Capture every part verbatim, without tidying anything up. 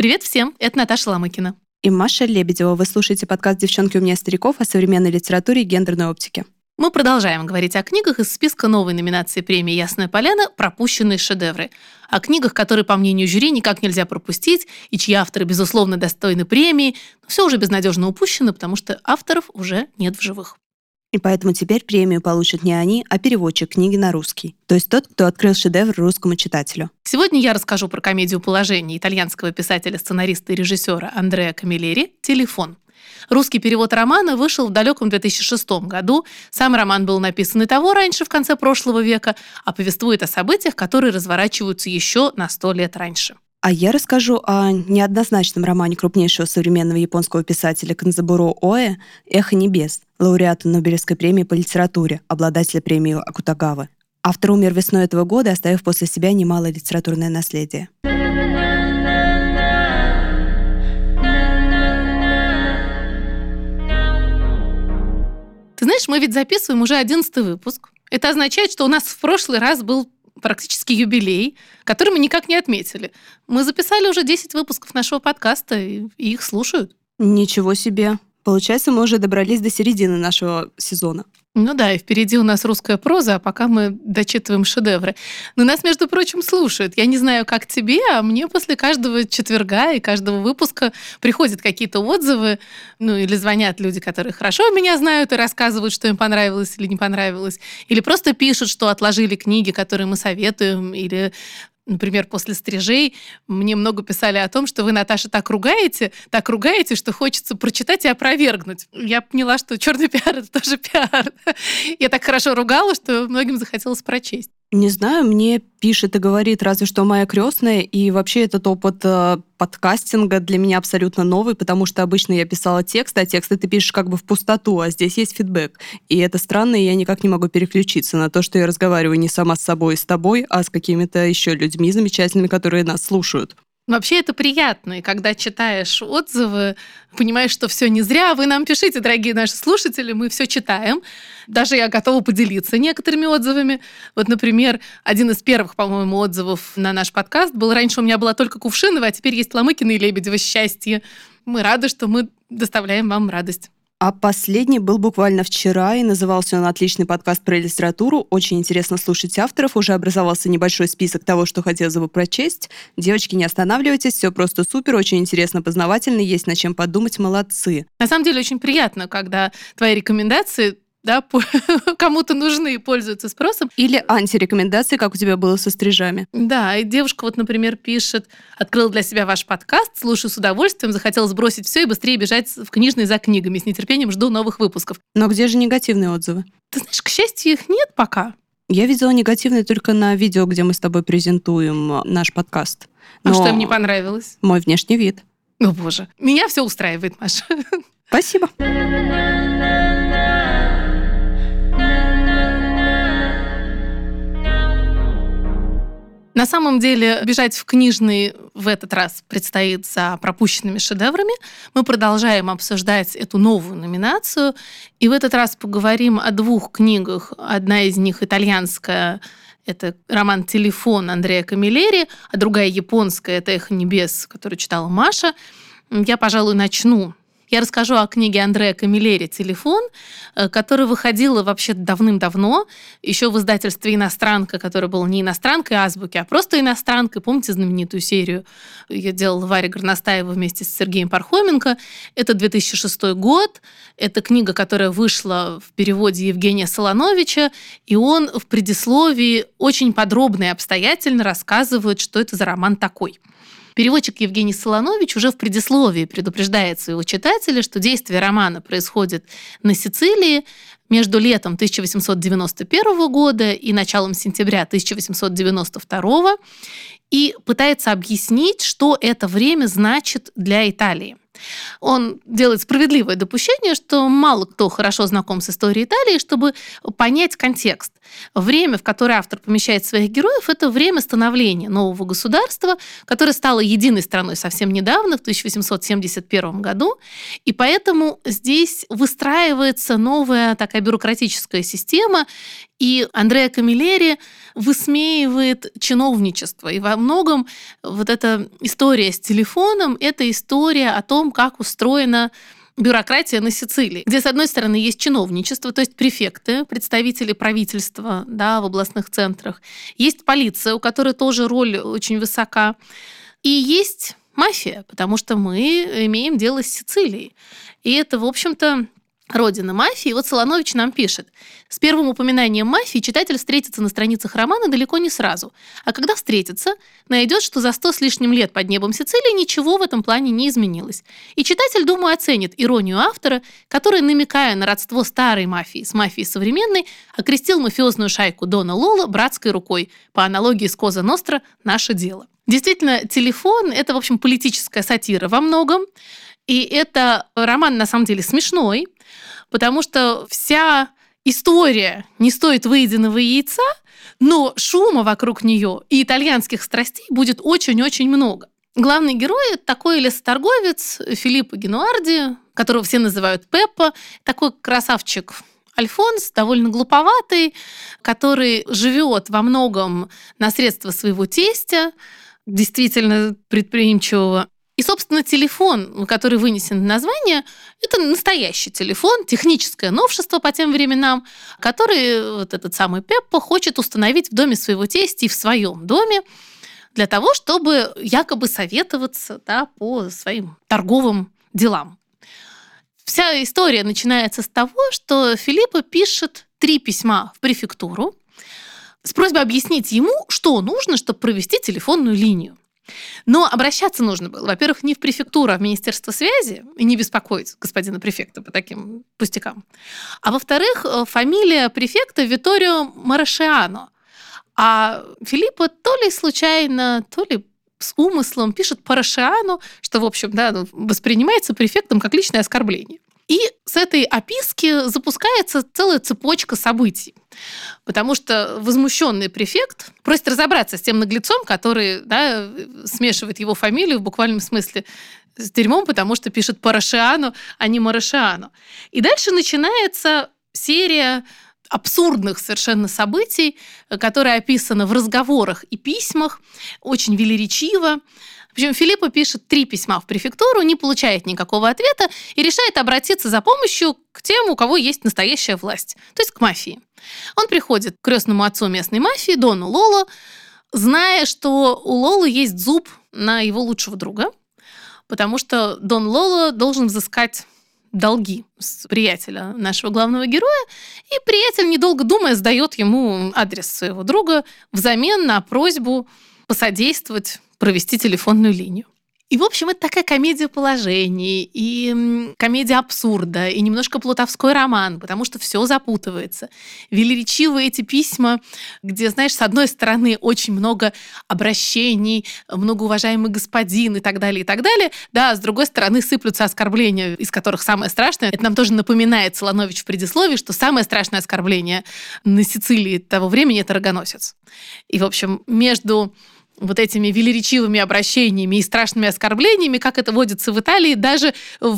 Привет всем, это Наташа Ломыкина. И Маша Лебедева. Вы слушаете подкаст «Девчонки, у меня стариков» о современной литературе и гендерной оптике. Мы продолжаем говорить о книгах из списка новой номинации премии «Ясная поляна» «Пропущенные шедевры». О книгах, которые, по мнению жюри, никак нельзя пропустить, и чьи авторы, безусловно, достойны премии, но все уже безнадежно упущено, потому что авторов уже нет в живых. И поэтому теперь премию получат не они, а переводчик книги на русский. То есть тот, кто открыл шедевр русскому читателю. Сегодня я расскажу про комедию «Положение» итальянского писателя, сценариста и режиссера Андреа Камилleri «Телефон». Русский перевод романа вышел в далеком две тысячи шестом году. Сам роман был написан и того раньше, в конце прошлого века, а повествует о событиях, которые разворачиваются еще на сто лет раньше. А я расскажу о неоднозначном романе крупнейшего современного японского писателя Канзабуро Оэ «Эхо небес», лауреата Нобелевской премии по литературе, обладателя премии Акутагавы. Автор умер весной этого года, оставив после себя немалое литературное наследие. Ты знаешь, мы ведь записываем уже одиннадцатый выпуск. Это означает, что у нас в прошлый раз был практически юбилей, который мы никак не отметили. Мы записали уже десять выпусков нашего подкаста, и их слушают. Ничего себе. Получается, мы уже добрались до середины нашего сезона. Ну да, и впереди у нас русская проза, а пока мы дочитываем шедевры. Но нас, между прочим, слушают. Я не знаю, как тебе, а мне после каждого четверга и каждого выпуска приходят какие-то отзывы, ну или звонят люди, которые хорошо меня знают и рассказывают, что им понравилось или не понравилось, или просто пишут, что отложили книги, которые мы советуем, или... Например, после «Стрижей» мне много писали о том, что вы, Наташа, так ругаете, так ругаете, что хочется прочитать и опровергнуть. Я поняла, что черный пиар — это тоже пиар. Я так хорошо ругала, что многим захотелось прочесть. Не знаю, мне пишет и говорит разве что моя крестная, и вообще этот опыт э, подкастинга для меня абсолютно новый, потому что обычно я писала текст, а тексты ты пишешь как бы в пустоту, а здесь есть фидбэк. И это странно, и я никак не могу переключиться на то, что я разговариваю не сама с собой и с тобой, а с какими-то еще людьми замечательными, которые нас слушают. Вообще это приятно, и когда читаешь отзывы, понимаешь, что все не зря. Вы нам пишите, дорогие наши слушатели, мы все читаем. Даже я готова поделиться некоторыми отзывами. Вот, например, один из первых, по-моему, отзывов на наш подкаст был: раньше у меня была только Кувшинова, а теперь есть Ломыкина и Лебедева. Счастье. Мы рады, что мы доставляем вам радость. А последний был буквально вчера, и назывался он «Отличный подкаст про литературу». Очень интересно слушать авторов. Уже образовался небольшой список того, что хотелось бы прочесть. Девочки, не останавливайтесь, все просто супер, очень интересно, познавательно, есть над чем подумать, молодцы. На самом деле очень приятно, когда твои рекомендации... да, кому-то нужны и пользуются спросом. Или антирекомендации, как у тебя было со «Стрижами». Да, и девушка вот, например, пишет: открыл для себя ваш подкаст, слушаю с удовольствием, захотел сбросить все и быстрее бежать в книжные за книгами. С нетерпением жду новых выпусков. Но где же негативные отзывы? Ты знаешь, к счастью, их нет пока. Я видела негативные только на видео, где мы с тобой презентуем наш подкаст. Но... А что им не понравилось? Мой внешний вид. О, боже. Меня все устраивает, Маша. Спасибо. На самом деле, бежать в книжный в этот раз предстоит за пропущенными шедеврами. Мы продолжаем обсуждать эту новую номинацию. И в этот раз поговорим о двух книгах. Одна из них итальянская — это роман «Телефон» Андреа Камилleri, а другая японская — это «Эхо небес», которую читала Маша. Я, пожалуй, начну. Я расскажу о книге Андреа Камилleri «Телефон», которая выходила вообще давным-давно, еще в издательстве «Иностранка», которое было не «Иностранкой» азбуки, а просто «Иностранкой». Помните знаменитую серию? Ее делала Варя Горностаева вместе с Сергеем Пархоменко. Это две тысячи шестой год. Это книга, которая вышла в переводе Евгения Солоновича, и он в предисловии очень подробно и обстоятельно рассказывает, что это за роман такой. Переводчик Евгений Солонович уже в предисловии предупреждает своего читателя, что действие романа происходит на Сицилии между летом тысяча восемьсот девяносто первого года и началом сентября тысяча восемьсот девяносто второго, и пытается объяснить, что это время значит для Италии. Он делает справедливое допущение, что мало кто хорошо знаком с историей Италии, чтобы понять контекст. Время, в которое автор помещает своих героев, это время становления нового государства, которое стало единой страной совсем недавно, в тысяча восемьсот семьдесят первом году. И поэтому здесь выстраивается новая такая такая бюрократическая система, и Андреа Камилleri высмеивает чиновничество. И во многом вот эта история с телефоном – это история о том, как устроена бюрократия на Сицилии, где, с одной стороны, есть чиновничество, то есть префекты, представители правительства, да, в областных центрах. Есть полиция, у которой тоже роль очень высока. И есть мафия, потому что мы имеем дело с Сицилией. И это, в общем-то, родина мафии. И вот Солонович нам пишет. С первым упоминанием мафии читатель встретится на страницах романа далеко не сразу. А когда встретится, найдет, что за сто с лишним лет под небом Сицилии ничего в этом плане не изменилось. И читатель, думаю, оценит иронию автора, который, намекая на родство старой мафии с мафией современной, окрестил мафиозную шайку Дона Лоло братской рукой, по аналогии с Коза Ностра «Наше дело». Действительно, телефон – это, в общем, политическая сатира во многом. И это роман, на самом деле, смешной, потому что вся история не стоит выеденного яйца, но шума вокруг нее и итальянских страстей будет очень-очень много. Главный герой – это такой лесоторговец Филиппо Генуарди, которого все называют Пеппо, такой красавчик Альфонс, довольно глуповатый, который живет во многом на средства своего тестя, действительно предприимчивого. И, собственно, телефон, который вынесен в название, это настоящий телефон, техническое новшество по тем временам, который вот этот самый Пеппо хочет установить в доме своего тестя и в своем доме для того, чтобы якобы советоваться, да, по своим торговым делам. Вся история начинается с того, что Филиппо пишет три письма в префектуру с просьбой объяснить ему, что нужно, чтобы провести телефонную линию. Но обращаться нужно было, во-первых, не в префектуру, а в Министерство связи, и не беспокоить господина префекта по таким пустякам. А во-вторых, фамилия префекта Витторио Марашиано. А Филиппо то ли случайно, то ли с умыслом пишет Парашиано, что, в общем, да, воспринимается префектом как личное оскорбление. И с этой описки запускается целая цепочка событий. Потому что возмущенный префект просит разобраться с тем наглецом, который, да, смешивает его фамилию в буквальном смысле с дерьмом, потому что пишет Парашиано, а не Марашиано. И дальше начинается серия абсурдных совершенно событий, которая описана в разговорах и письмах, очень велеречиво. Причем Филиппо пишет три письма в префектуру, не получает никакого ответа и решает обратиться за помощью к тем, у кого есть настоящая власть, то есть к мафии. Он приходит к крестному отцу местной мафии, Дону Лоло, зная, что у Лоло есть зуб на его лучшего друга, потому что Дон Лоло должен взыскать долги с приятеля нашего главного героя, и приятель, недолго думая, сдает ему адрес своего друга взамен на просьбу посодействовать провести телефонную линию. И, в общем, это такая комедия положений, и комедия абсурда, и немножко плутовской роман, потому что все запутывается. Велеречивые эти письма, где, знаешь, с одной стороны очень много обращений, многоуважаемый господин и так далее, и так далее, да, а с другой стороны сыплются оскорбления, из которых самое страшное, это нам тоже напоминает Солонович в предисловии, что самое страшное оскорбление на Сицилии того времени – это рогоносец. И, в общем, между вот этими велеречивыми обращениями и страшными оскорблениями, как это водится в Италии, даже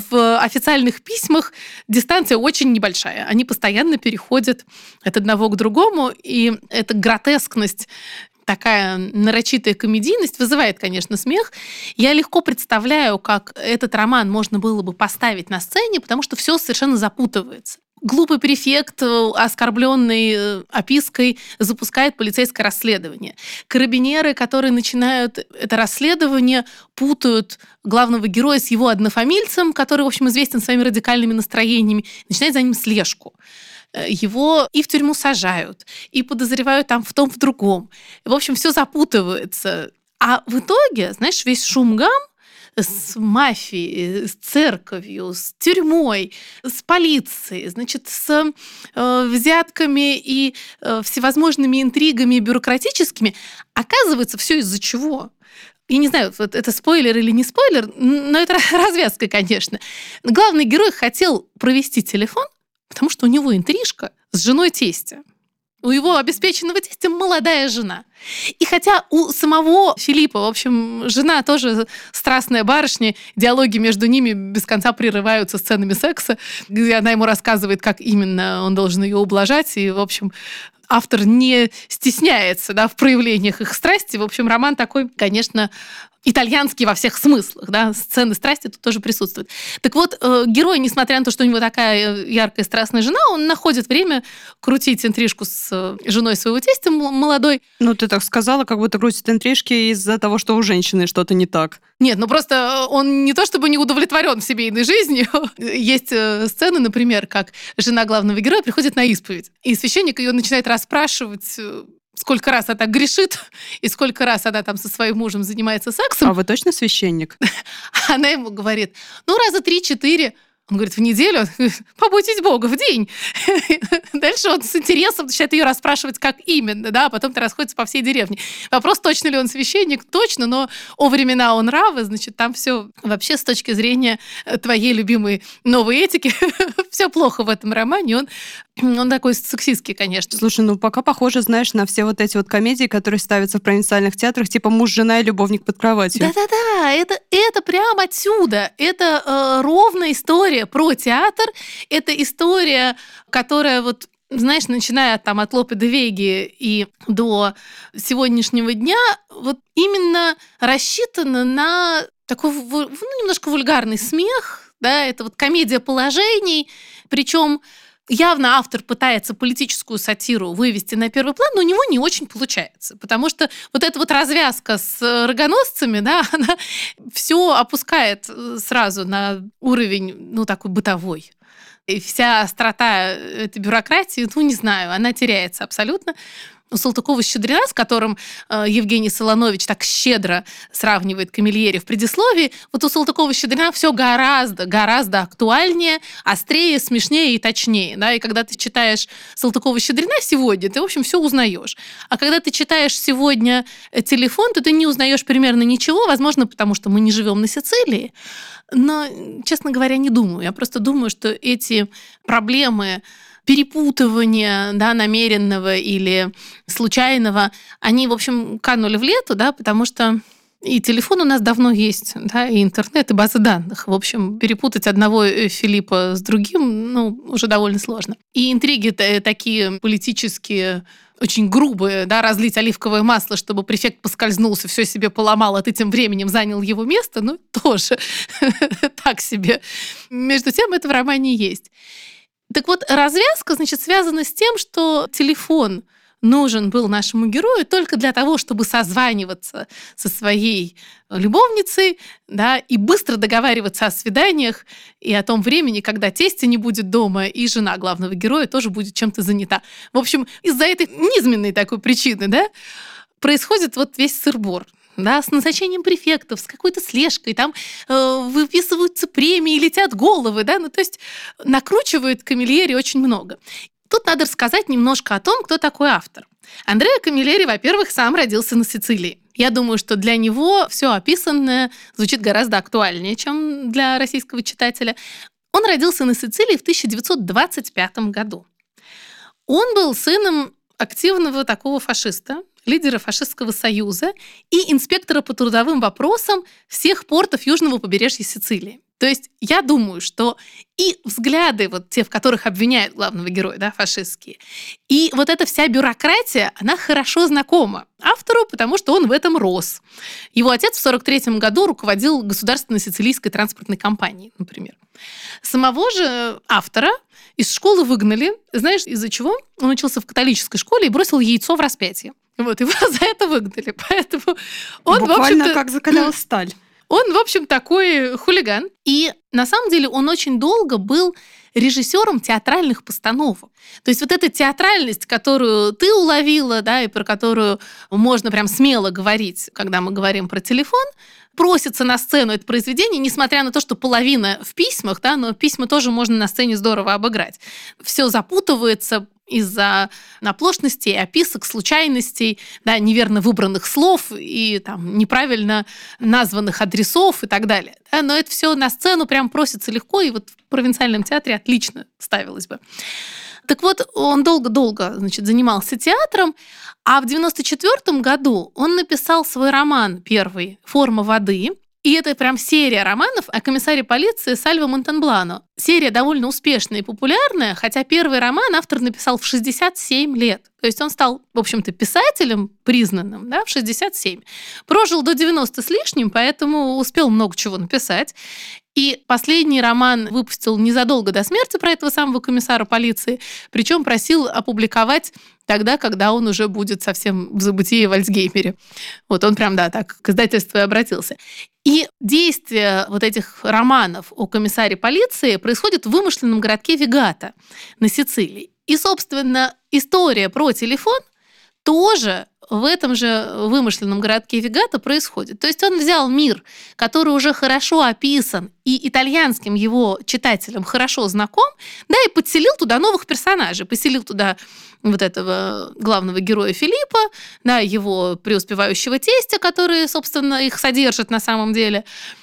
в официальных письмах дистанция очень небольшая. Они постоянно переходят от одного к другому, и эта гротескность, такая нарочитая комедийность вызывает, конечно, смех. Я легко представляю, как этот роман можно было бы поставить на сцене, потому что все совершенно запутывается. Глупый префект, оскорбленный опиской, запускает полицейское расследование. Карабинеры, которые начинают это расследование, путают главного героя с его однофамильцем, который, в общем, известен своими радикальными настроениями, начинают за ним слежку. Его и в тюрьму сажают, и подозревают там в том, в другом. В общем, все запутывается. А в итоге, знаешь, весь шум-гам с мафией, с церковью, с тюрьмой, с полицией, значит, с э, взятками и э, всевозможными интригами бюрократическими, оказывается, все из-за чего? Я не знаю, вот это спойлер или не спойлер, но это развязка, конечно. Главный герой хотел провести телефон, потому что у него интрижка с женой тестя. У его обеспеченного тестя молодая жена. И хотя у самого Филиппа, в общем, жена тоже страстная барышня, диалоги между ними без конца прерываются сценами секса, где она ему рассказывает, как именно он должен ее ублажать, и, в общем, автор не стесняется, да, в проявлениях их страсти. В общем, роман такой, конечно, итальянский во всех смыслах, да, сцены страсти тут тоже присутствуют. Так вот, э, герой, несмотря на то, что у него такая яркая страстная жена, он находит время крутить интрижку с женой своего тестя молодой. Ну, ты так сказала, как будто крутит интрижки из-за того, что у женщины что-то не так. Нет, ну просто он не то чтобы не удовлетворен семейной жизнью. Есть сцены, например, как жена главного героя приходит на исповедь, и священник ее начинает расспрашивать, сколько раз она грешит, и сколько раз она там со своим мужем занимается сексом. А вы точно священник? Она ему говорит, ну, раза три-четыре. Он говорит, в неделю? Побойтесь Бога, в день. Дальше он с интересом начинает ее расспрашивать, как именно, да, а потом это расходится по всей деревне. Вопрос, точно ли он священник, точно, но о времена он равы, значит, там все вообще с точки зрения твоей любимой новой этики все плохо в этом романе. Он, он такой сексистский, конечно. Слушай, ну пока похоже, знаешь, на все вот эти вот комедии, которые ставятся в провинциальных театрах, типа «Муж, жена и любовник под кроватью». Да-да-да, это, это прямо отсюда. Это э, ровная история про театр. Это история, которая вот, знаешь, начиная там от Лопе де Веги и до сегодняшнего дня, вот именно рассчитана на такой, ну, немножко вульгарный смех, да, это вот комедия положений, причем явно автор пытается политическую сатиру вывести на первый план, но у него не очень получается, потому что вот эта вот развязка с рогоносцами, да, она все опускает сразу на уровень, ну, такой бытовой. И вся острота этой бюрократии, ну, не знаю, она теряется абсолютно. У Салтыкова-Щедрина, с которым э, Евгений Солонович так щедро сравнивает Камильери в предисловии, вот у Салтыкова-Щедрина все гораздо, гораздо актуальнее, острее, смешнее и точнее. Да? И когда ты читаешь Салтыкова-Щедрина сегодня, ты, в общем, все узнаешь. А когда ты читаешь сегодня «Телефон», то ты не узнаешь примерно ничего, возможно, потому что мы не живем на Сицилии. Но, честно говоря, не думаю. Я просто думаю, что эти проблемы перепутывания, да, намеренного или случайного, они, в общем, канули в лету, да, потому что и телефон у нас давно есть, да, и интернет, и базы данных. В общем, перепутать одного Филиппа с другим, ну, уже довольно сложно. И интриги такие политические, очень грубые, да, разлить оливковое масло, чтобы префект поскользнулся, все себе поломал, а ты тем временем занял его место, ну, тоже так себе. Между тем, это в романе есть. Так вот, развязка, значит, связана с тем, что телефон нужен был нашему герою только для того, чтобы созваниваться со своей любовницей, да, и быстро договариваться о свиданиях и о том времени, когда тестя не будет дома, и жена главного героя тоже будет чем-то занята. В общем, из-за этой низменной такой причины, да, происходит вот весь сыр-бор. Да, с назначением префектов, с какой-то слежкой, там э, выписываются премии, летят головы, да, ну то есть накручивает Камильери очень много. Тут надо рассказать немножко о том, кто такой автор. Андреа Камильери, во-первых, сам родился на Сицилии. Я думаю, что для него все описанное звучит гораздо актуальнее, чем для российского читателя. Он родился на Сицилии в тысяча девятьсот двадцать пятом году. Он был сыном активного такого фашиста, лидера фашистского союза и инспектора по трудовым вопросам всех портов южного побережья Сицилии. То есть я думаю, что и взгляды, вот те, в которых обвиняют главного героя, да, фашистские, и вот эта вся бюрократия, она хорошо знакома автору, потому что он в этом рос. Его отец в сорок третьем году руководил государственной сицилийской транспортной компанией, например. Самого же автора из школы выгнали. Знаешь, из-за чего? Он учился в католической школе и бросил яйцо в распятие. Вот, его за это выгнали. Поэтому он, буквально, в общем-то, как закалял сталь. Он, в общем, такой хулиган. И на самом деле он очень долго был режиссером театральных постановок. То есть вот эта театральность, которую ты уловила, да, и про которую можно прям смело говорить, когда мы говорим про телефон, просится на сцену это произведение, несмотря на то, что половина в письмах, да, но письма тоже можно на сцене здорово обыграть. Все запутывается, из-за оплошностей, описок, случайностей, да, неверно выбранных слов и там, неправильно названных адресов и так далее. Да, но это все на сцену прям просится легко, и вот в провинциальном театре отлично ставилось бы. Так вот, он долго-долго, значит, занимался театром, а в девяносто четвёртом году он написал свой роман первый «Форма воды». И это прям серия романов о комиссаре полиции Сальво Монтенблано. Серия довольно успешная и популярная, хотя первый роман автор написал в шестьдесят семь лет. То есть он стал, в общем-то, писателем признанным, да, в шестьдесят семь. Прожил до девяноста с лишним, поэтому успел много чего написать. И последний роман выпустил незадолго до смерти про этого самого комиссара полиции, причем просил опубликовать тогда, когда он уже будет совсем в забытии в Альцгеймере. Вот он прям, да, так к издательству и обратился. И действие вот этих романов о комиссаре полиции происходит в вымышленном городке Вигато на Сицилии. И, собственно, история про телефон тоже в этом же вымышленном городке Вигато происходит. То есть он взял мир, который уже хорошо описан и итальянским его читателям хорошо знаком, да, и подселил туда новых персонажей. Поселил туда вот этого главного героя Филиппа, да, его преуспевающего тестя, который, собственно, их содержит на самом деле,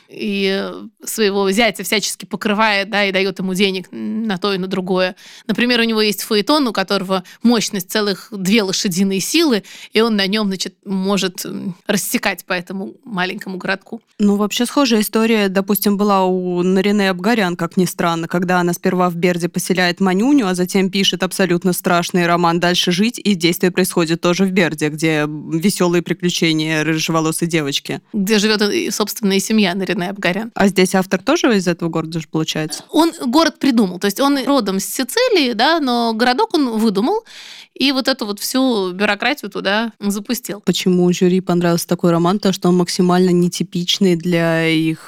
и своего зятя всячески покрывает, да, и дает ему денег на то и на другое. Например, у него есть фаэтон, у которого мощность целых две лошадиные силы, и он на нем, значит, может рассекать по этому маленькому городку. Ну, вообще схожая история, допустим, была у Нарине Абгарян, как ни странно, когда она сперва в Берде поселяет Манюню, а затем пишет абсолютно страшный роман «Дальше жить», и действие происходит тоже в Берде, где веселые приключения рыжеволосой девочки. Где живет, собственно, и семья Нарине Абгарян. А здесь автор тоже из этого города же получается? Он город придумал, то есть он родом с Сицилии, да, но городок он выдумал, и вот эту вот всю бюрократию туда запустил. Почему жюри понравился такой роман? То, что он максимально нетипичный для их,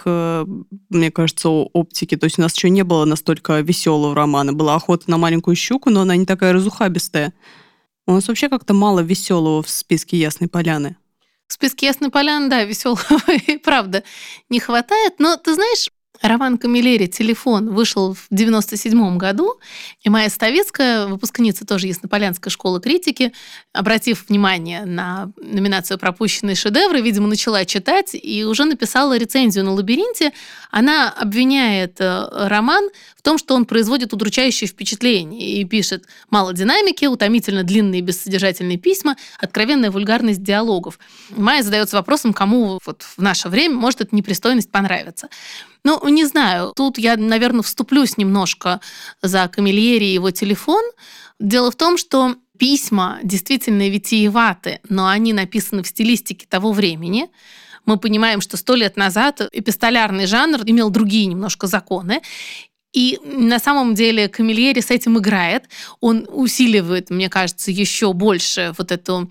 мне кажется, оптики. То есть у нас еще не было настолько веселого романа. Была «Охота на маленькую щуку», но она не такая разухабистая. У нас вообще как-то мало веселого в списке «Ясной поляны». В списке «Ясной поляны», да, веселого и правда не хватает. Но ты знаешь, роман Камилleri «Телефон» вышел в девяносто седьмом году, и Майя Ставицкая, выпускница тоже Яснополянской школы критики, обратив внимание на номинацию «Пропущенные шедевры», видимо, начала читать и уже написала рецензию на «Лабиринте». Она обвиняет роман в том, что он производит удручающее впечатление и пишет: мало динамики, утомительно длинные бессодержательные письма, откровенная вульгарность диалогов. Майя задается вопросом, кому вот в наше время может эта непристойность понравиться. Ну, не знаю, тут я, наверное, вступлюсь немножко за Камильери и его «Телефон». Дело в том, что письма действительно витиеваты, но они написаны в стилистике того времени. Мы понимаем, что сто лет назад эпистолярный жанр имел другие немножко законы. И на самом деле Камильери с этим играет. Он усиливает, мне кажется, еще больше вот эту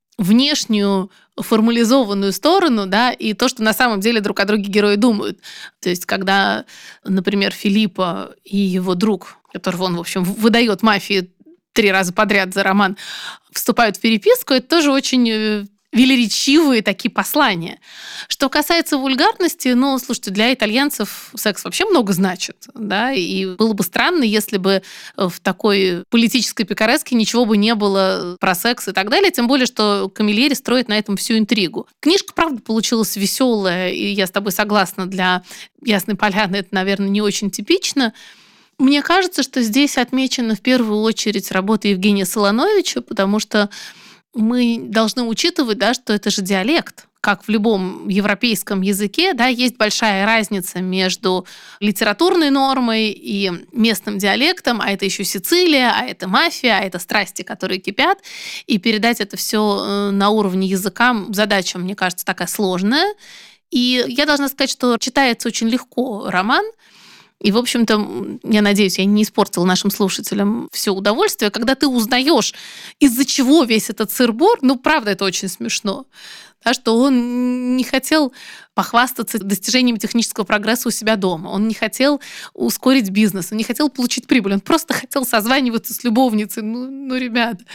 внешнюю формализованную сторону, да, и то, что на самом деле друг о друге герои думают. То есть, когда, например, Филиппо и его друг, которого он, в общем, выдает мафии три раза подряд за роман, вступают в переписку, это тоже очень велеречивые такие послания. Что касается вульгарности, ну, слушайте, для итальянцев секс вообще много значит, да, и было бы странно, если бы в такой политической пикареске ничего бы не было про секс и так далее, тем более, что Камильери строит на этом всю интригу. Книжка, правда, получилась веселая, и я с тобой согласна, для «Ясной поляны» это, наверное, не очень типично. Мне кажется, что здесь отмечена в первую очередь работа Евгения Солоновича, потому что мы должны учитывать, да, что это же диалект. Как в любом европейском языке, да, есть большая разница между литературной нормой и местным диалектом, а это еще Сицилия, а это мафия, а это страсти, которые кипят. И передать это все на уровне языка задача, мне кажется, такая сложная. И я должна сказать, что читается очень легко роман. И, в общем-то, я надеюсь, я не испортила нашим слушателям все удовольствие. Когда ты узнаешь, из-за чего весь этот сыр-бор, ну, правда, это очень смешно. Да, что он не хотел похвастаться достижением технического прогресса у себя дома. Он не хотел ускорить бизнес, он не хотел получить прибыль. Он просто хотел созваниваться с любовницей. Ну, ну ребята.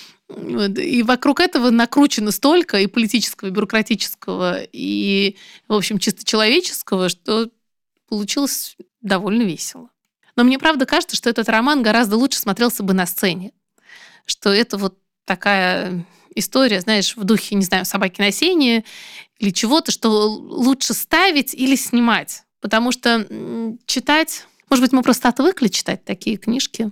Вот. И вокруг этого накручено столько и политического, и бюрократического, и, в общем, чисто человеческого, что получилось довольно весело. Но мне правда кажется, что этот роман гораздо лучше смотрелся бы на сцене. что это вот такая история, знаешь, в духе, не знаю, собаки на сене или чего-то, что лучше ставить или снимать. Потому что читать... Может быть, мы просто отвыкли читать такие книжки.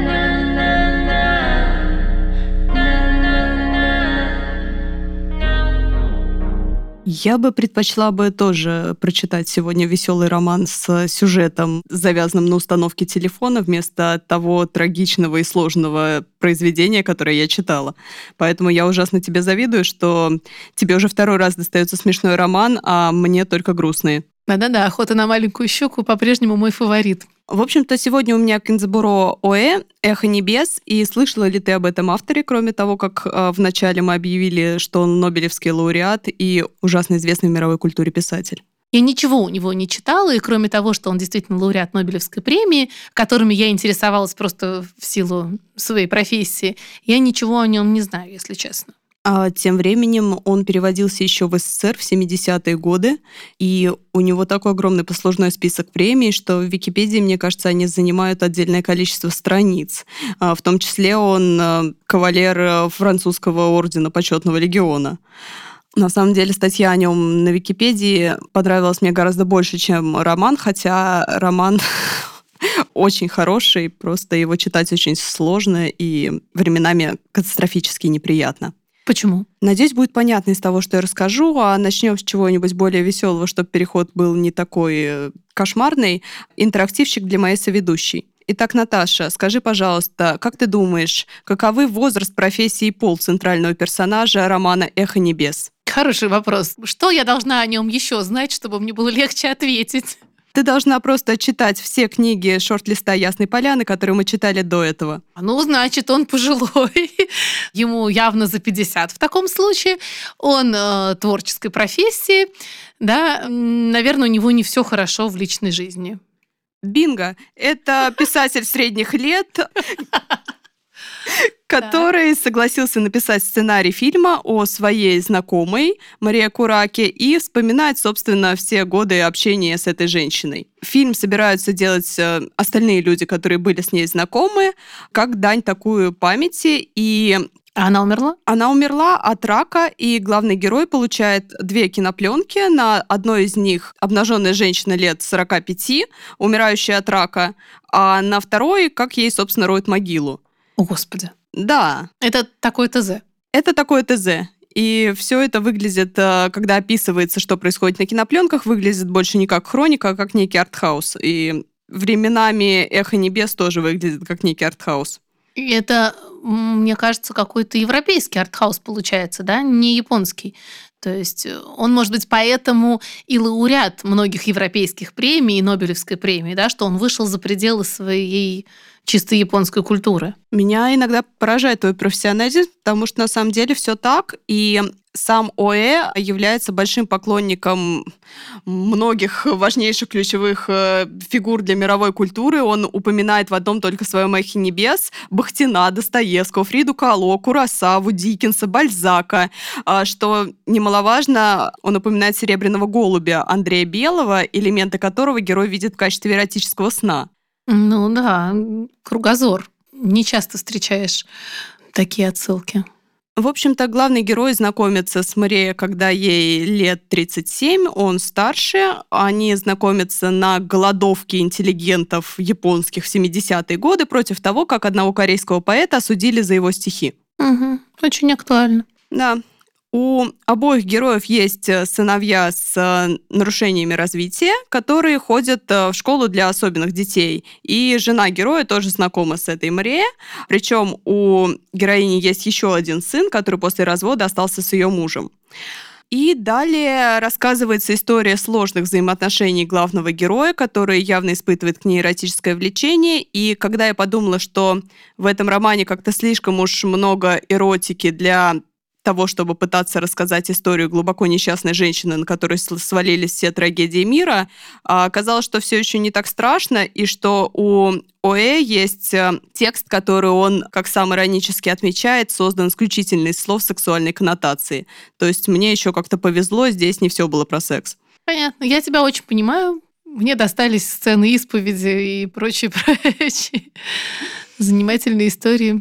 Я бы предпочла бы тоже прочитать сегодня веселый роман с сюжетом, завязанным на установке телефона, вместо того трагичного и сложного произведения, которое я читала. Поэтому я ужасно тебе завидую, что тебе уже второй раз достается смешной роман, а мне только грустные. Да-да-да, «Охота на маленькую щуку» по-прежнему мой фаворит. В общем-то, сегодня у меня Кензабуро Оэ «Эхо небес». И слышала ли ты об этом авторе, кроме того, как э, вначале мы объявили, что он нобелевский лауреат и ужасно известный в мировой культуре писатель? Я ничего у него не читала, и кроме того, что он действительно лауреат Нобелевской премии, которыми я интересовалась просто в силу своей профессии, я ничего о нем не знаю, если честно. А тем временем он переводился еще в СССР в семидесятые годы, и у него такой огромный послужной список премий, что в Википедии, мне кажется, они занимают отдельное количество страниц. В том числе он кавалер французского ордена Почетного легиона. На самом деле, статья о нем на Википедии понравилась мне гораздо больше, чем роман, хотя роман очень хороший, просто его читать очень сложно и временами катастрофически неприятно. Почему? Надеюсь, будет понятно из того, что я расскажу, а начнем с чего-нибудь более веселого, чтобы переход был не такой кошмарный. Интерактивчик для моей соведущей. Итак, Наташа, скажи, пожалуйста, как ты думаешь, каковы возраст, профессии и пол центрального персонажа романа «Эхо небес»? Хороший вопрос. Что я должна о нем еще знать, чтобы мне было легче ответить? Ты должна просто читать все книги шорт-листа «Ясной поляны», которые мы читали до этого. Ну, значит, он пожилой. Ему явно за пятьдесят в таком случае. Он э, творческой профессии. Да, наверное, у него не все хорошо в личной жизни. Бинго! Это писатель средних лет, который согласился написать сценарий фильма о своей знакомой Мария Кураке и вспоминать, собственно, все годы общения с этой женщиной. Фильм собираются делать остальные люди, которые были с ней знакомы, как дань такую памяти. И А она умерла? Она умерла от рака, и главный герой получает две кинопленки. На одной из них обнаженная женщина лет сорока пяти, умирающая от рака, а на второй, как ей, собственно, роют могилу. О, Господи. Да. Это такой ТЗ. Это такое ТЗ. И все это выглядит, когда описывается, что происходит на кинопленках, выглядит больше не как хроника, а как некий артхаус. И временами «Эхо небес» тоже выглядит как некий артхаус. И это, мне кажется, какой-то европейский артхаус получается, да, не японский. То есть он, может быть, поэтому и лауреат многих европейских премий и Нобелевской премии, да, что он вышел за пределы своей чисто японской культуры. Меня иногда поражает твой профессионализм, потому что на самом деле все так, и сам Оэ является большим поклонником многих важнейших ключевых фигур для мировой культуры. Он упоминает в одном только своем «Эхе небес» Бахтина, Достоевского, Фриду Кало, Куросаву, Диккенса, Бальзака. Что немаловажно, он упоминает «Серебряного голубя» Андрея Белого, элементы которого герой видит в качестве эротического сна. Ну да, кругозор. Не часто встречаешь такие отсылки. В общем-то, главный герой знакомится с Марией, когда ей лет тридцать семь, он старше. Они знакомятся на голодовке интеллигентов японских в семидесятые годы против того, как одного корейского поэта осудили за его стихи. Угу. Очень актуально. Да. У обоих героев есть сыновья с нарушениями развития, которые ходят в школу для особенных детей. И жена героя тоже знакома с этой Марией. Причем у героини есть еще один сын, который после развода остался с ее мужем. И далее рассказывается история сложных взаимоотношений главного героя, который явно испытывает к ней эротическое влечение. И когда я подумала, что в этом романе как-то слишком уж много эротики для того, чтобы пытаться рассказать историю глубоко несчастной женщины, на которой свалились все трагедии мира, оказалось, что все еще не так страшно, и что у Оэ есть текст, который он, как сам иронически отмечает, создан исключительно из слов сексуальной коннотации. То есть мне еще как-то повезло, здесь не все было про секс. Понятно. Я тебя очень понимаю. Мне достались сцены исповеди и прочие-прочие занимательные истории.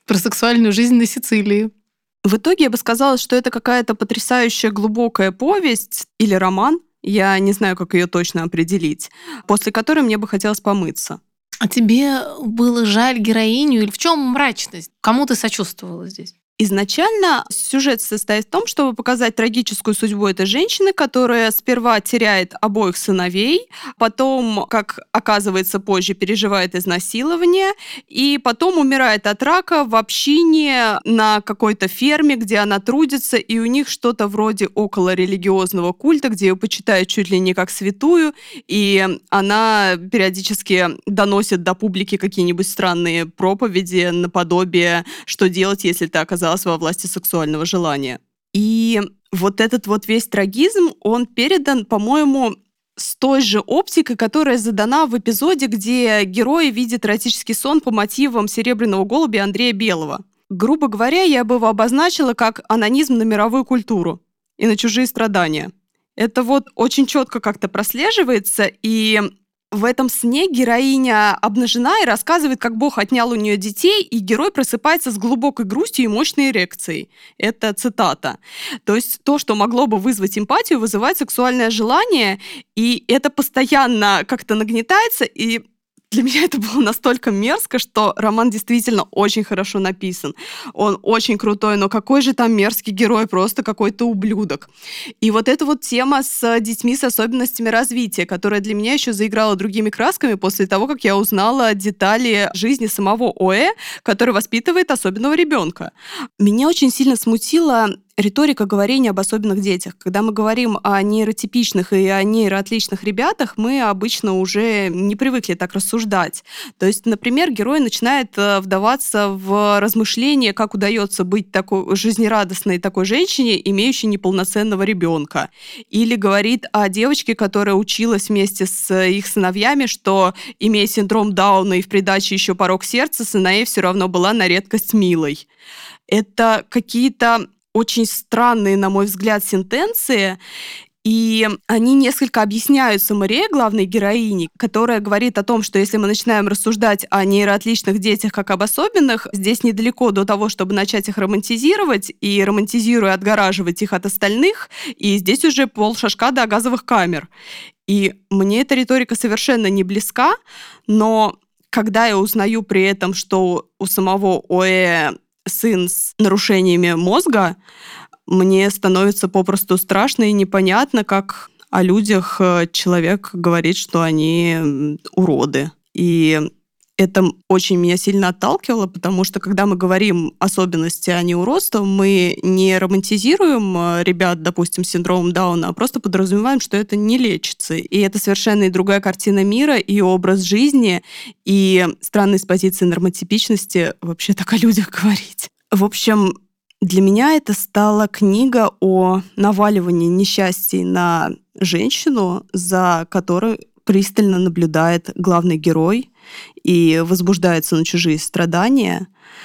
про сексуальную жизнь на Сицилии. В итоге я бы сказала, что это какая-то потрясающая глубокая повесть или роман, я не знаю, как ее точно определить, после которой мне бы хотелось помыться. А тебе было жаль героиню? Или в чем мрачность? Кому ты сочувствовала здесь? Изначально сюжет состоит в том, чтобы показать трагическую судьбу этой женщины, которая сперва теряет обоих сыновей, потом, как оказывается позже, переживает изнасилование, и потом умирает от рака в общине на какой-то ферме, где она трудится, и у них что-то вроде околорелигиозного культа, где ее почитают чуть ли не как святую, и она периодически доносит до публики какие-нибудь странные проповеди наподобие «что делать, если ты оказалась во власти сексуального желания». И вот этот вот весь трагизм, он передан, по-моему, с той же оптикой, которая задана в эпизоде, где герой видит эротический сон по мотивам «Серебряного голубя» Андрея Белого. Грубо говоря, я бы его обозначила как анонизм на мировую культуру и на чужие страдания. Это вот очень четко как-то прослеживается, и в этом сне героиня обнажена и рассказывает, как Бог отнял у нее детей, и герой просыпается с глубокой грустью и мощной эрекцией. Это цитата. То есть то, что могло бы вызвать эмпатию, вызывает сексуальное желание, и это постоянно как-то нагнетается, и для меня это было настолько мерзко, что роман действительно очень хорошо написан. Он очень крутой, но какой же там мерзкий герой, просто какой-то ублюдок. И вот эта вот тема с детьми с особенностями развития, которая для меня еще заиграла другими красками после того, как я узнала детали жизни самого Оэ, который воспитывает особенного ребенка. Меня очень сильно смутило риторика говорения об особенных детях. Когда мы говорим о нейротипичных и о нейроотличных ребятах, мы обычно уже не привыкли так рассуждать. То есть, например, герой начинает вдаваться в размышления, как удается быть такой жизнерадостной такой женщине, имеющей неполноценного ребенка. Или говорит о девочке, которая училась вместе с их сыновьями, что, имея синдром Дауна и в придаче еще порок сердца, Сынаэ все равно была на редкость милой. Это какие-то очень странные, на мой взгляд, сентенции, и они несколько объясняют Самаре, главной героини, которая говорит о том, что если мы начинаем рассуждать о нейроотличных детях как об особенных, здесь недалеко до того, чтобы начать их романтизировать, и романтизируя отгораживать их от остальных, и здесь уже полшажка до газовых камер. И мне эта риторика совершенно не близка, но когда я узнаю при этом, что у самого Оэ сын с нарушениями мозга, мне становится попросту страшно и непонятно, как о людях человек говорит, что они уроды. И это очень меня сильно отталкивало, потому что, когда мы говорим особенности, а не уродство, мы не романтизируем ребят, допустим, с синдромом Дауна, а просто подразумеваем, что это не лечится. И это совершенно и другая картина мира, и образ жизни, и странно с позиции нормотипичности вообще так о людях говорить. В общем, для меня это стала книга о наваливании несчастий на женщину, за которой пристально наблюдает главный герой и возбуждается на чужие страдания.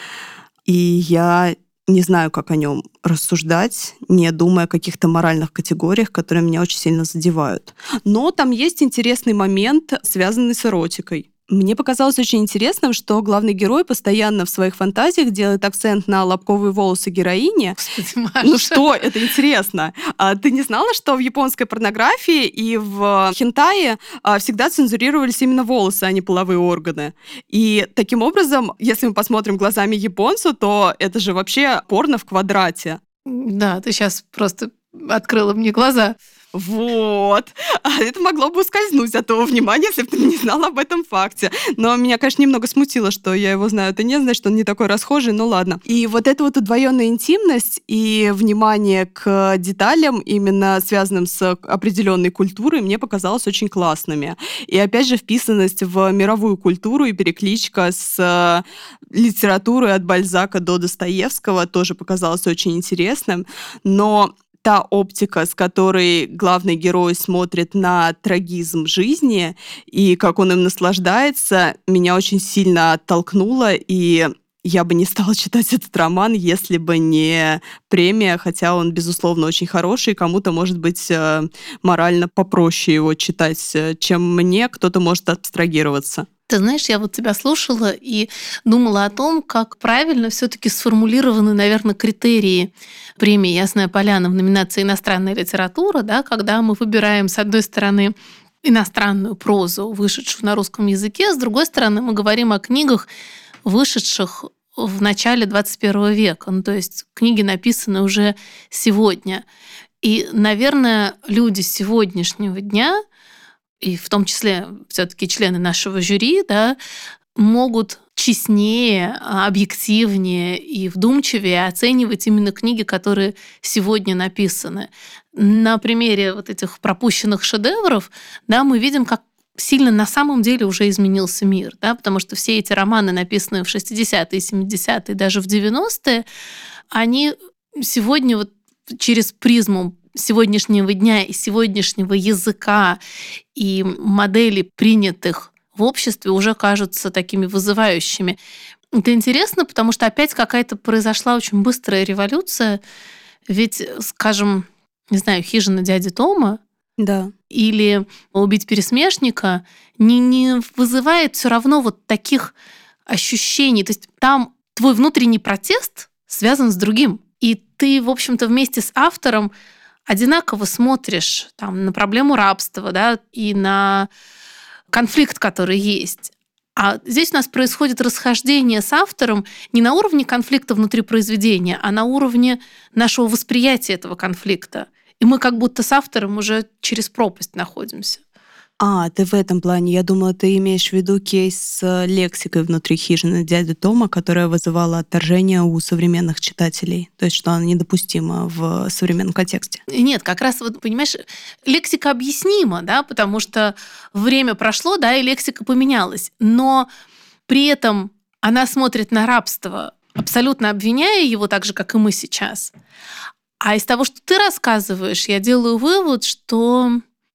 И я не знаю, как о нем рассуждать, не думая о каких-то моральных категориях, которые меня очень сильно задевают. Но там есть интересный момент, связанный с эротикой. Мне показалось очень интересным, что главный герой постоянно в своих фантазиях делает акцент на лобковые волосы героини. Господи, Маша. Ну что, это интересно. А ты не знала, что в японской порнографии и в хентае всегда цензурировались именно волосы, а не половые органы? И таким образом, если мы посмотрим глазами японца, то это же вообще порно в квадрате. Да, ты сейчас просто открыла мне глаза. Вот. А это могло бы ускользнуть от того внимания, если бы ты не знала об этом факте. Но меня, конечно, немного смутило, что я его знаю. Это не значит, что он не такой расхожий, но ладно. И вот эта вот удвоенная интимность и внимание к деталям, именно связанным с определенной культурой, мне показалось очень классными. И опять же, вписанность в мировую культуру и перекличка с литературой от Бальзака до Достоевского тоже показалось очень интересным. Но та оптика, с которой главный герой смотрит на трагизм жизни и как он им наслаждается, меня очень сильно оттолкнула, и я бы не стала читать этот роман, если бы не премия, хотя он, безусловно, очень хороший, кому-то, может быть, морально попроще его читать, чем мне, кто-то может абстрагироваться. Ты знаешь, я вот тебя слушала и думала о том, как правильно все-таки сформулированы, наверное, критерии премии «Ясная поляна» в номинации «Иностранная литература», да, когда мы выбираем, с одной стороны, иностранную прозу, вышедшую на русском языке, с другой стороны, мы говорим о книгах, вышедших в начале двадцать первого века. Ну, то есть книги написаны уже сегодня. И, наверное, люди сегодняшнего дня, и в том числе все-таки члены нашего жюри, да, могут честнее, объективнее и вдумчивее оценивать именно книги, которые сегодня написаны. На примере вот этих пропущенных шедевров, да, мы видим, как сильно на самом деле уже изменился мир, да, потому что все эти романы, написанные в шестидесятые, семидесятые, даже в девяностые, они сегодня вот через призму сегодняшнего дня и сегодняшнего языка и моделей, принятых в обществе, уже кажутся такими вызывающими. Это интересно, потому что опять какая-то произошла очень быстрая революция. Ведь, скажем, не знаю, «Хижина дяди Тома», да, или «Убить пересмешника» не, не вызывает все равно вот таких ощущений. То есть там твой внутренний протест связан с другим. И ты, в общем-то, вместе с автором одинаково смотришь там, на проблему рабства, да, и на конфликт, который есть. А здесь у нас происходит расхождение с автором не на уровне конфликта внутри произведения, а на уровне нашего восприятия этого конфликта. И мы как будто с автором уже через пропасть находимся. А, ты в этом плане. Я думала, ты имеешь в виду кейс с лексикой внутри «Хижины дяди Тома», которая вызывала отторжение у современных читателей. То есть, что она недопустима в современном контексте. Нет, как раз, вот, понимаешь, лексика объяснима, да, потому что время прошло, да, и лексика поменялась. Но при этом она смотрит на рабство, абсолютно обвиняя его так же, как и мы сейчас. А из того, что ты рассказываешь, я делаю вывод, что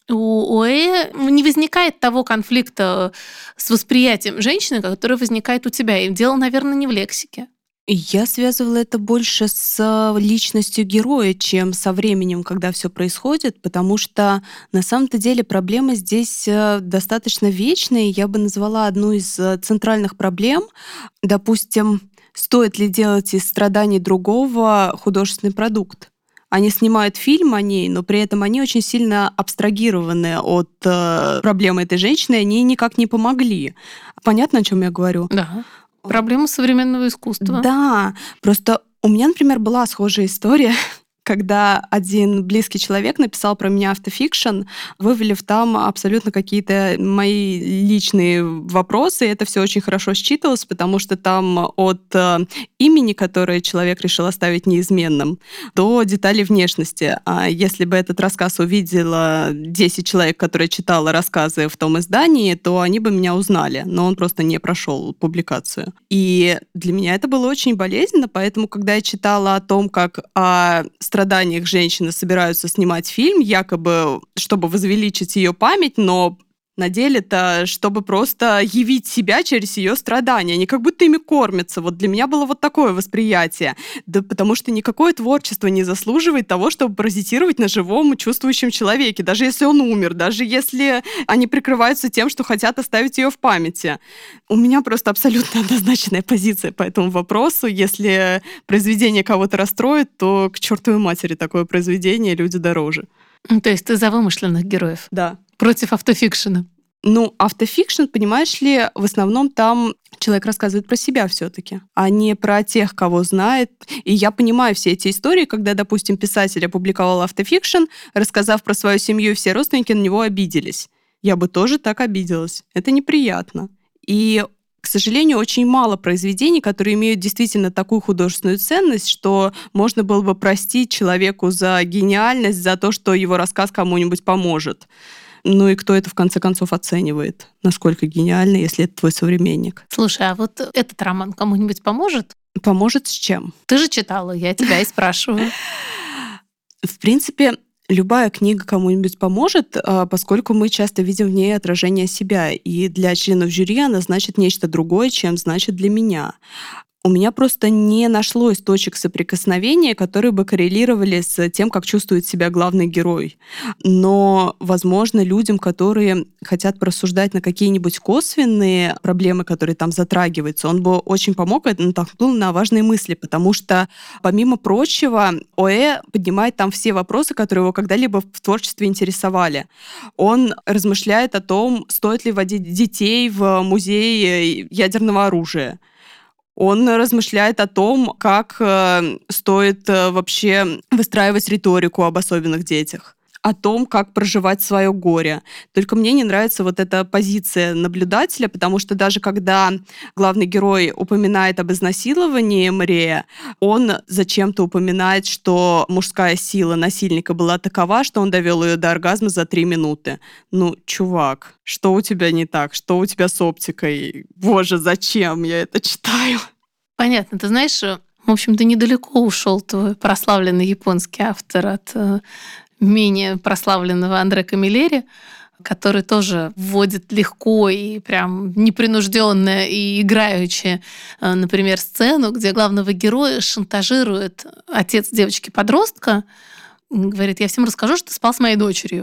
у Оэ не возникает того конфликта с восприятием женщины, который возникает у тебя. И дело, наверное, не в лексике. Я связывала это больше с личностью героя, чем со временем, когда все происходит, потому что на самом-то деле проблема здесь достаточно вечная. Я бы назвала одну из центральных проблем. Допустим, стоит ли делать из страданий другого художественный продукт? Они снимают фильм о ней, но при этом они очень сильно абстрагированы от э, проблемы этой женщины, и они никак не помогли. Понятно, о чем я говорю? Да. Проблема современного искусства. Да. Просто у меня, например, была схожая история, когда один близкий человек написал про меня автофикшн, вывалив там абсолютно какие-то мои личные вопросы, и это все очень хорошо считывалось, потому что там от э, имени, которое человек решил оставить неизменным, до деталей внешности. А если бы этот рассказ увидело десять человек, которые читали рассказы в том издании, то они бы меня узнали, но он просто не прошел публикацию. И для меня это было очень болезненно, поэтому, когда я читала о том, как о страданиях женщины собираются снимать фильм, якобы, чтобы возвеличить ее память, но на деле-то, чтобы просто явить себя через ее страдания. Они как будто ими кормятся. Вот для меня было вот такое восприятие. Да потому что никакое творчество не заслуживает того, чтобы паразитировать на живом чувствующем человеке, даже если он умер, даже если они прикрываются тем, что хотят оставить ее в памяти. У меня просто абсолютно однозначная позиция по этому вопросу. Если произведение кого-то расстроит, то к чертовой матери такое произведение, люди дороже. То есть ты за вымышленных героев? Да. Против автофикшена? Ну, автофикшн, понимаешь ли, в основном там человек рассказывает про себя все-таки, а не про тех, кого знает. И я понимаю все эти истории, когда, допустим, писатель опубликовал автофикшн, рассказав про свою семью, и все родственники на него обиделись. Я бы тоже так обиделась. Это неприятно. И к сожалению, очень мало произведений, которые имеют действительно такую художественную ценность, что можно было бы простить человеку за гениальность, за то, что его рассказ кому-нибудь поможет. Ну и кто это в конце концов оценивает? Насколько гениально, если это твой современник? Слушай, а вот этот роман кому-нибудь поможет? Поможет с чем? Ты же читала, я тебя и спрашиваю. В принципе, любая книга кому-нибудь поможет, поскольку мы часто видим в ней отражение себя. И для членов жюри она значит нечто другое, чем значит для меня. У меня просто не нашлось точек соприкосновения, которые бы коррелировали с тем, как чувствует себя главный герой. Но, возможно, людям, которые хотят порассуждать на какие-нибудь косвенные проблемы, которые там затрагиваются, он бы очень помог и натолкнул на важные мысли, потому что, помимо прочего, Оэ поднимает там все вопросы, которые его когда-либо в творчестве интересовали. Он размышляет о том, стоит ли вводить детей в музей ядерного оружия. Он размышляет о том, как э, стоит э, вообще выстраивать риторику об особенных детях, о том, как проживать свое горе. Только мне не нравится вот эта позиция наблюдателя, потому что даже когда главный герой упоминает об изнасиловании Мрея, он зачем-то упоминает, что мужская сила насильника была такова, что он довел ее до оргазма за три минуты. Ну, чувак, что у тебя не так? Что у тебя с оптикой? Боже, зачем я это читаю? Понятно. Ты знаешь, в общем-то, недалеко ушел твой прославленный японский автор от менее прославленного Андре Камилleri, который тоже вводит легко и прям непринужденно и играючи, например, сцену, где главного героя шантажирует отец девочки-подростка, говорит: я всем расскажу, что ты спал с моей дочерью.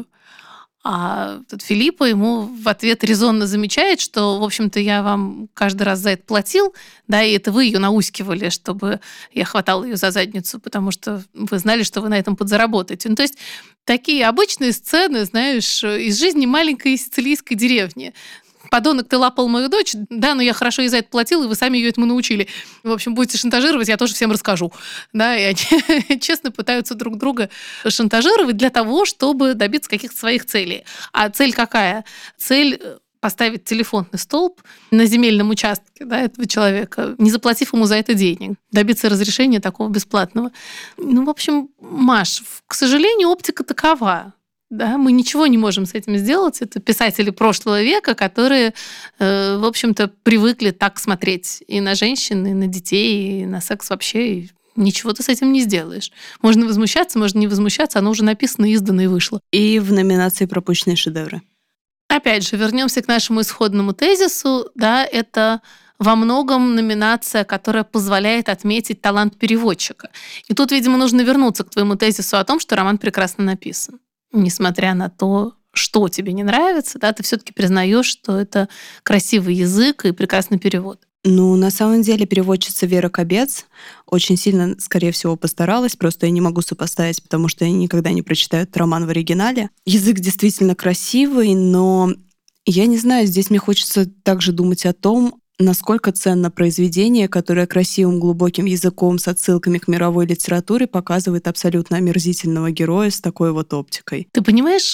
А тут Филиппо ему в ответ резонно замечает, что, в общем-то, я вам каждый раз за это платил, да, и это вы ее наускивали, чтобы я хватал ее за задницу, потому что вы знали, что вы на этом подзаработаете. Ну, то есть такие обычные сцены, знаешь, из жизни маленькой сицилийской деревни. Подонок, ты лапал мою дочь, да, но я хорошо ей за это платил, и вы сами ее этому научили. В общем, будете шантажировать, я тоже всем расскажу. Да, и они честно пытаются друг друга шантажировать для того, чтобы добиться каких-то своих целей. А цель какая? Цель поставить телефонный столб на земельном участке, да, этого человека, не заплатив ему за это денег, добиться разрешения такого бесплатного. Ну, в общем, Маш, к сожалению, оптика такова. Да, мы ничего не можем с этим сделать. Это писатели прошлого века, которые, э, в общем-то, привыкли так смотреть и на женщин, и на детей, и на секс вообще. И ничего ты с этим не сделаешь. Можно возмущаться, можно не возмущаться, оно уже написано, издано и вышло. И в номинации «Пропущенные шедевры». Опять же, вернемся к нашему исходному тезису. Да, это во многом номинация, которая позволяет отметить талант переводчика. И тут, видимо, нужно вернуться к твоему тезису о том, что роман прекрасно написан. Несмотря на то, что тебе не нравится, да, ты все-таки признаешь, что это красивый язык и прекрасный перевод. Ну, на самом деле, переводчица Вера Кобец очень сильно, скорее всего, постаралась. Просто я не могу сопоставить, потому что я никогда не прочитаю этот роман в оригинале. Язык действительно красивый, но я не знаю, здесь мне хочется также думать о том, насколько ценно произведение, которое красивым глубоким языком с отсылками к мировой литературе показывает абсолютно омерзительного героя с такой вот оптикой. Ты понимаешь,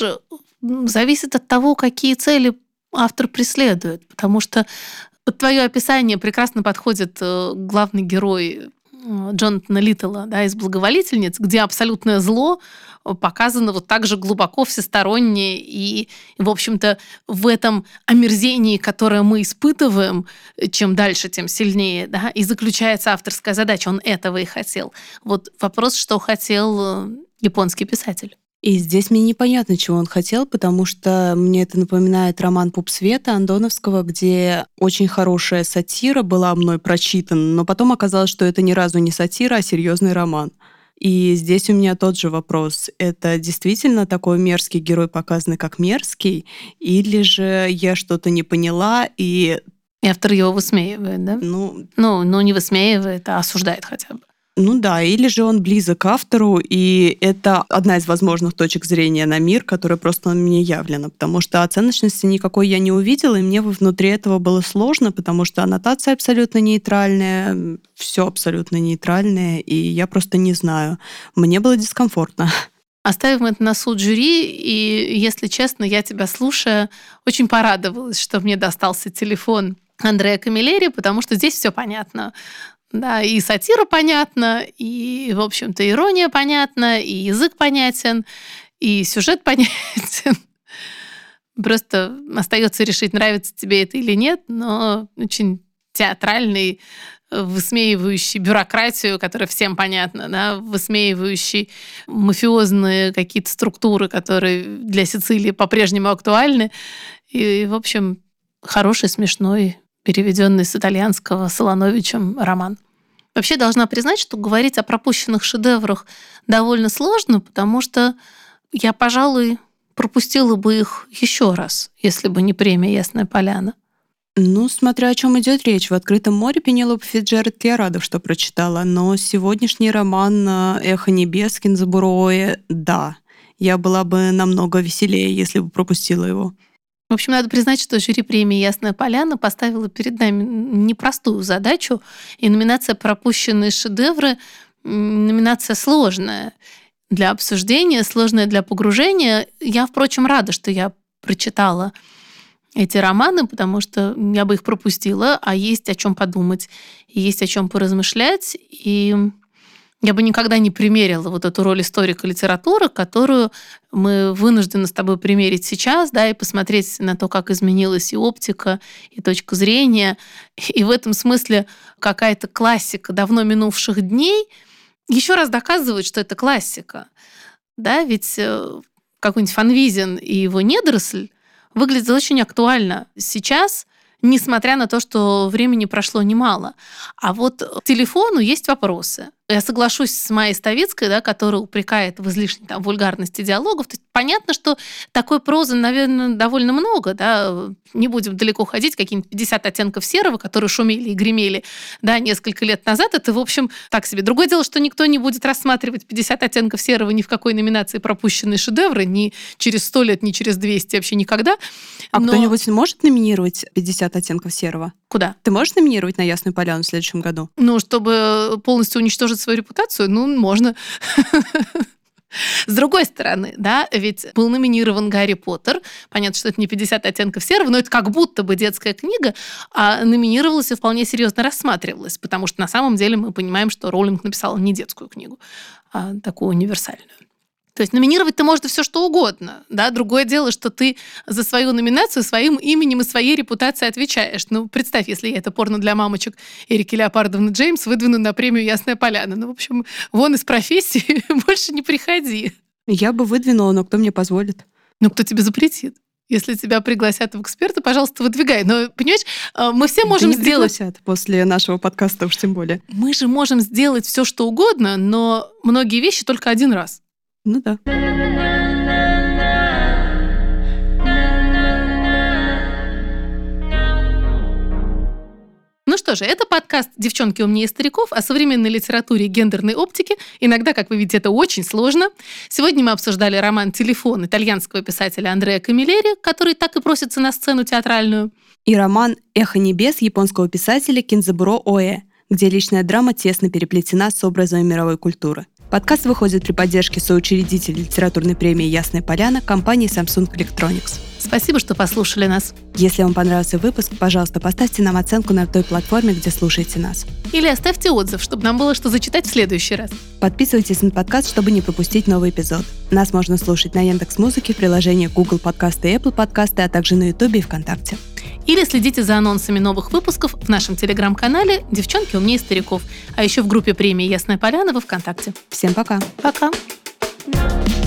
зависит от того, какие цели автор преследует, потому что под твое описание прекрасно подходит главный герой Джонатана Литтла, да, из «Благоволительниц», где абсолютное зло показано вот так же глубоко, всесторонне, и, в общем-то, в этом омерзении, которое мы испытываем, чем дальше, тем сильнее, да, и заключается авторская задача, он этого и хотел. Вот вопрос, что хотел японский писатель. И здесь мне непонятно, чего он хотел, потому что мне это напоминает роман «Пуп света» Андоновского, где очень хорошая сатира была мной прочитана, но потом оказалось, что это ни разу не сатира, а серьезный роман. И здесь у меня тот же вопрос. Это действительно такой мерзкий герой, показанный как мерзкий, или же я что-то не поняла, и... И автор его высмеивает, да? Ну, ну, ну не высмеивает, а осуждает хотя бы. Ну да, или же он близок к автору, и это одна из возможных точек зрения на мир, которая просто мне явлена, потому что оценочности никакой я не увидела, и мне внутри этого было сложно, потому что аннотация абсолютно нейтральная, все абсолютно нейтральное, и я просто не знаю. Мне было дискомфортно. Оставим это на суд жюри, и, если честно, я тебя слушая, очень порадовалась, что мне достался телефон Андреа Камилleri, потому что здесь все понятно. Да, и сатира понятна, и, в общем-то, ирония понятна, и язык понятен, и сюжет понятен. Просто остается решить, нравится тебе это или нет, но очень театральный, высмеивающий бюрократию, которая всем понятна, да, высмеивающий мафиозные какие-то структуры, которые для Сицилии по-прежнему актуальны. И, в общем, хороший, смешной, переведенный с итальянского Солоновичем роман. Вообще должна признать, что говорить о пропущенных шедеврах довольно сложно, потому что я, пожалуй, пропустила бы их еще раз, если бы не премия «Ясная поляна». Ну, смотря о чем идет речь. В «Открытом море» Пенелопы Фицджеральд я рада, что прочитала, но сегодняшний роман «Эхо небес» Кинзабуро Оэ, да, я была бы намного веселее, если бы пропустила его. В общем, надо признать, что жюри премии «Ясная поляна» поставила перед нами непростую задачу, и номинация «Пропущенные шедевры» — номинация сложная для обсуждения, сложная для погружения. Я, впрочем, рада, что я прочитала эти романы, потому что я бы их пропустила, а есть о чем подумать, и есть о чем поразмышлять, и я бы никогда не примерила вот эту роль историка литературы, которую мы вынуждены с тобой примерить сейчас, да, и посмотреть на то, как изменилась и оптика, и точка зрения. И в этом смысле какая-то классика давно минувших дней еще раз доказывает, что это классика. Да, ведь какой-нибудь Фан Визен и его «Недоросль» выглядит очень актуально сейчас, несмотря на то, что времени прошло немало. А вот к телефону есть вопросы. Я соглашусь с Майей Ставицкой, да, которая упрекает в излишней там, вульгарности диалогов. То есть понятно, что такой прозы, наверное, довольно много. Да? Не будем далеко ходить. Какие-нибудь пятьдесят оттенков серого, которые шумели и гремели, да, несколько лет назад. Это, в общем, так себе. Другое дело, что никто не будет рассматривать пятьдесят оттенков серого ни в какой номинации пропущенные шедевры, ни через сто лет, ни через двести, вообще никогда. А Но... кто-нибудь может номинировать пятьдесят оттенков серого? Куда? Ты можешь номинировать на «Ясную поляну» в следующем году? Ну, чтобы полностью уничтожить свою репутацию, ну, можно. С другой стороны, да, ведь был номинирован Гарри Поттер. Понятно, что это не пятьдесят оттенков серого, но это как будто бы детская книга, а номинировалась и вполне серьезно рассматривалась, потому что на самом деле мы понимаем, что Роулинг написала не детскую книгу, а такую универсальную. То есть номинировать-то можно все что угодно. Да? Другое дело, что ты за свою номинацию своим именем и своей репутацией отвечаешь. Ну, представь, если я это порно для мамочек Эрики Леопардовны Джеймс выдвину на премию «Ясная поляна». Ну, в общем, вон из профессии больше не приходи. Я бы выдвинула, но кто мне позволит? Ну, кто тебе запретит? Если тебя пригласят в эксперты, пожалуйста, выдвигай. Но, понимаешь, мы все можем да не сделать... пригласят после нашего подкаста уж тем более. Мы же можем сделать все что угодно, но многие вещи только один раз. Ну да. Ну что же, это подкаст «Девчонки умнее стариков» о современной литературе и гендерной оптике. Иногда, как вы видите, это очень сложно. Сегодня мы обсуждали роман «Телефон» итальянского писателя Андреа Камилleri, который так и просится на сцену театральную. И роман «Эхо небес» японского писателя Кинзабуро Оэ, где личная драма тесно переплетена с образами мировой культуры. Подкаст выходит при поддержке соучредителя литературной премии «Ясная поляна» компании Samsung Electronics. Спасибо, что послушали нас. Если вам понравился выпуск, пожалуйста, поставьте нам оценку на той платформе, где слушаете нас. Или оставьте отзыв, чтобы нам было что зачитать в следующий раз. Подписывайтесь на подкаст, чтобы не пропустить новый эпизод. Нас можно слушать на Яндекс.Музыке, в приложении Google Подкасты и Apple Подкасты, а также на Ютубе и ВКонтакте. Или следите за анонсами новых выпусков в нашем телеграм-канале «Девчонки умнее стариков», а еще в группе премии «Ясная поляна» во ВКонтакте. Всем пока! Пока!